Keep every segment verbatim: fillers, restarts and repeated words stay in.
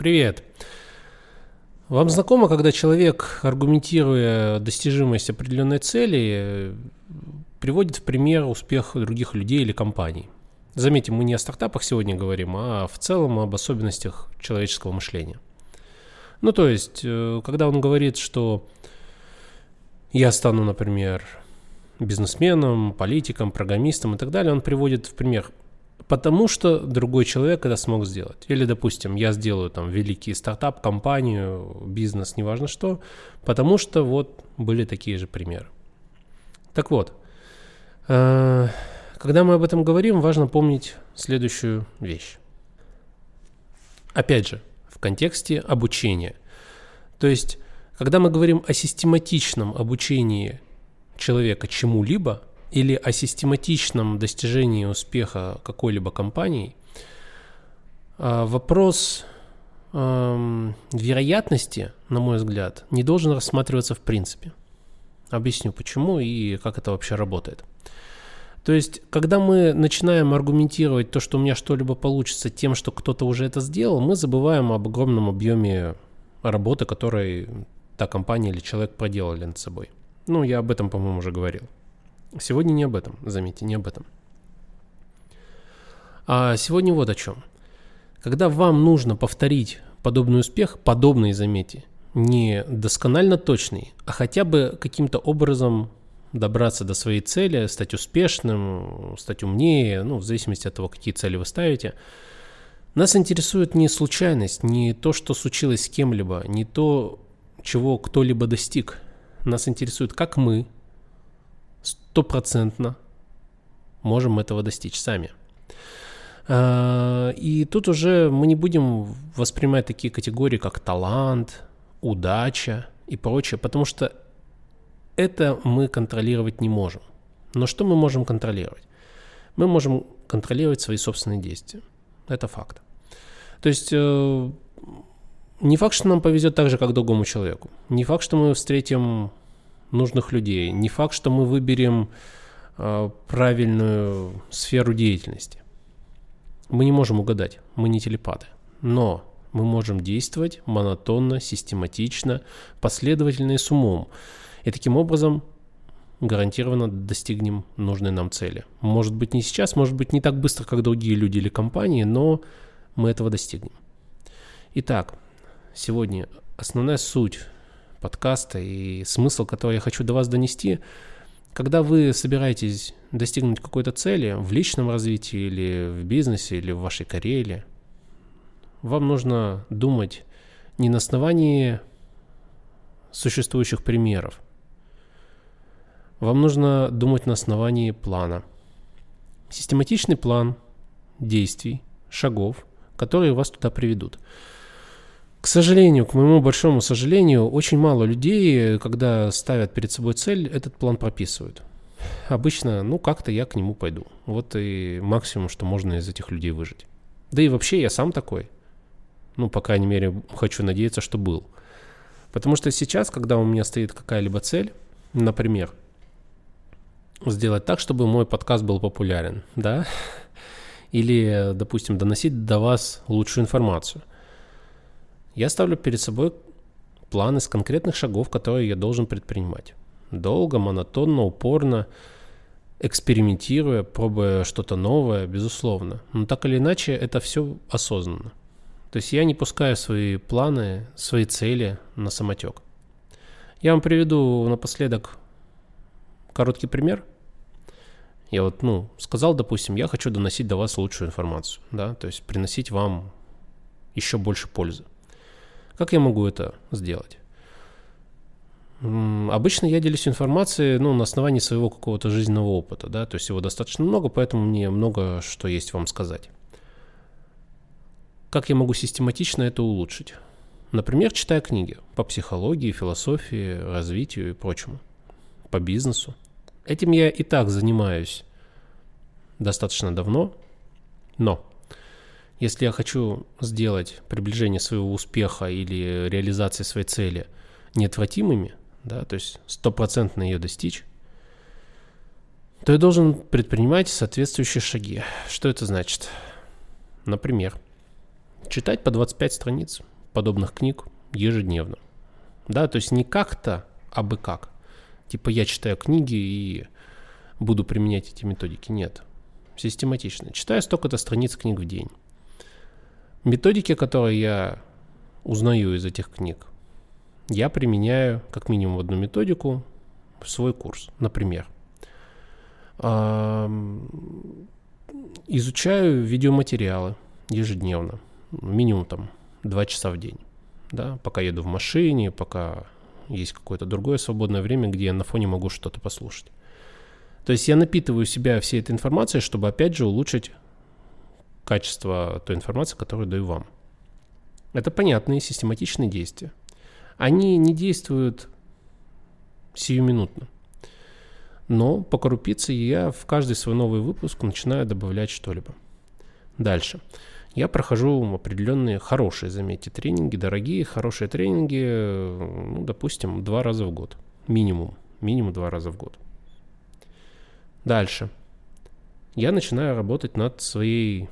Привет. Вам знакомо, когда человек, аргументируя достижимость определенной цели, приводит в пример успех других людей или компаний? Заметьте, мы не о стартапах сегодня говорим, а в целом об особенностях человеческого мышления. Ну, то есть, когда он говорит, что я стану, например, бизнесменом, политиком, программистом и так далее, он приводит в пример, потому что другой человек это смог сделать. Или, допустим, я сделаю там великий стартап, компанию, бизнес, неважно что, потому что вот были такие же примеры. Так вот, когда мы об этом говорим, важно помнить следующую вещь. Опять же, в контексте обучения. То есть, когда мы говорим о систематичном обучении человека чему-либо, или о систематичном достижении успеха какой-либо компании, вопрос э, вероятности, на мой взгляд, не должен рассматриваться в принципе. Объясню почему и как это вообще работает. То есть, когда мы начинаем аргументировать то, что у меня что-либо получится тем, что кто-то уже это сделал, мы забываем об огромном объеме работы, которой та компания или человек проделали над собой. Ну, я об этом, по-моему, уже говорил. Сегодня не об этом, заметьте, не об этом. А сегодня вот о чем. Когда вам нужно повторить подобный успех, подобный, заметьте, не досконально точный, а хотя бы каким-то образом добраться до своей цели, стать успешным, стать умнее, ну, в зависимости от того, какие цели вы ставите, нас интересует не случайность, не то, что случилось с кем-либо, не то, чего кто-либо достиг. Нас интересует, как мы стопроцентно можем этого достичь сами. И тут уже мы не будем воспринимать такие категории, как талант, удача и прочее, потому что это мы контролировать не можем. Но что мы можем контролировать? Мы можем контролировать свои собственные действия. Это факт. То есть не факт, что нам повезет так же, как другому человеку. Не факт, что мы встретим нужных людей. Не факт, что мы выберем э, правильную сферу деятельности. Мы не можем угадать, мы не телепаты. Но мы можем действовать монотонно, систематично, последовательно и с умом. И таким образом гарантированно достигнем нужной нам цели. Может быть не сейчас, может быть не так быстро, как другие люди или компании, но мы этого достигнем. Итак, сегодня основная суть подкаста и смысл, который я хочу до вас донести, когда вы собираетесь достигнуть какой-то цели в личном развитии или в бизнесе, или в вашей карьере, вам нужно думать не на основании существующих примеров. Вам нужно думать на основании плана. Систематичный план действий, шагов, которые вас туда приведут. К сожалению, к моему большому сожалению, очень мало людей, когда ставят перед собой цель, этот план прописывают. Обычно, ну, как-то я к нему пойду. Вот и максимум, что можно из этих людей выжить. Да и вообще я сам такой. Ну, по крайней мере, хочу надеяться, что был. Потому что сейчас, когда у меня стоит какая-либо цель, например, сделать так, чтобы мой подкаст был популярен, да? Или, допустим, доносить до вас лучшую информацию. Я ставлю перед собой план из конкретных шагов, которые я должен предпринимать. Долго, монотонно, упорно, экспериментируя, пробуя что-то новое, безусловно. Но так или иначе, это все осознанно. То есть я не пускаю свои планы, свои цели на самотек. Я вам приведу напоследок короткий пример. Я вот, ну, сказал, допустим, я хочу доносить до вас лучшую информацию, да, то есть приносить вам еще больше пользы. Как я могу это сделать? Обычно я делюсь информацией, ну, на основании своего какого-то жизненного опыта, да, то есть его достаточно много, поэтому мне много что есть вам сказать. Как я могу систематично это улучшить? Например, читая книги по психологии, философии, развитию и прочему, по бизнесу. Этим я и так занимаюсь достаточно давно, но если я хочу сделать приближение своего успеха или реализации своей цели неотвратимыми, да, то есть стопроцентно ее достичь, то я должен предпринимать соответствующие шаги. Что это значит? Например, читать по двадцать пять страниц подобных книг ежедневно. Да, то есть не как-то, а бы как. Типа я читаю книги и буду применять эти методики. Нет. Систематично. Читаю столько-то страниц книг в день. Методики, которые я узнаю из этих книг, я применяю как минимум одну методику в свой курс. Например, изучаю видеоматериалы ежедневно. Минимум там два часа в день. Да, пока еду в машине, пока есть какое-то другое свободное время, где я на фоне могу что-то послушать. То есть я напитываю себя всей этой информацией, чтобы опять же улучшить качество той информации, которую даю вам. Это понятные систематичные действия. Они не действуют сиюминутно. Но по крупице я в каждый свой новый выпуск начинаю добавлять что-либо. Дальше. Я прохожу определенные хорошие, заметьте, тренинги, дорогие, хорошие тренинги, ну, допустим, два раза в год. Минимум. Минимум два раза в год. Дальше. Я начинаю работать над своей,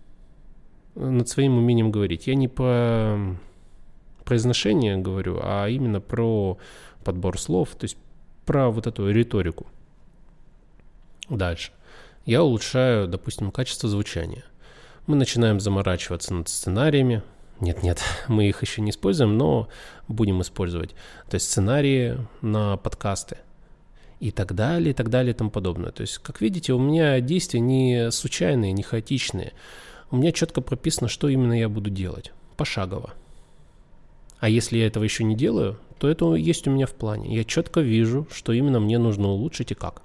над своим умением говорить. Я не по произношению говорю, а именно про подбор слов, то есть про вот эту риторику. Дальше. Я улучшаю, допустим, качество звучания. Мы начинаем заморачиваться над сценариями. Нет-нет, мы их еще не используем, но будем использовать. То есть сценарии на подкасты. И так далее, и так далее, и тому подобное. То есть, как видите, у меня действия не случайные, не хаотичные. У меня четко прописано, что именно я буду делать. Пошагово. А если я этого еще не делаю, то это есть у меня в плане. Я четко вижу, что именно мне нужно улучшить и как.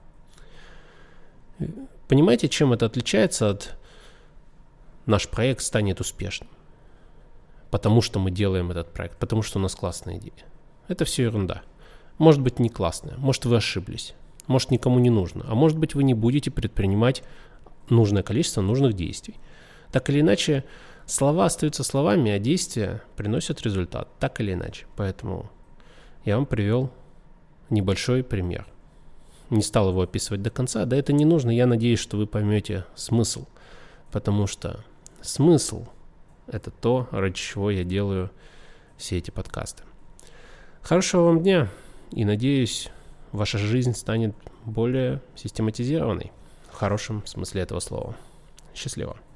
Понимаете, чем это отличается от «наш проект станет успешным»? Потому что мы делаем этот проект, потому что у нас классная идея. Это все ерунда. Может быть, не классная, может, вы ошиблись, может, никому не нужно, а может быть, вы не будете предпринимать нужное количество нужных действий. Так или иначе, слова остаются словами, а действия приносят результат, так или иначе. Поэтому я вам привел небольшой пример. Не стал его описывать до конца, да это не нужно, я надеюсь, что вы поймете смысл, потому что смысл – это то, ради чего я делаю все эти подкасты. Хорошего вам дня! И надеюсь, ваша жизнь станет более систематизированной в хорошем смысле этого слова. Счастливо!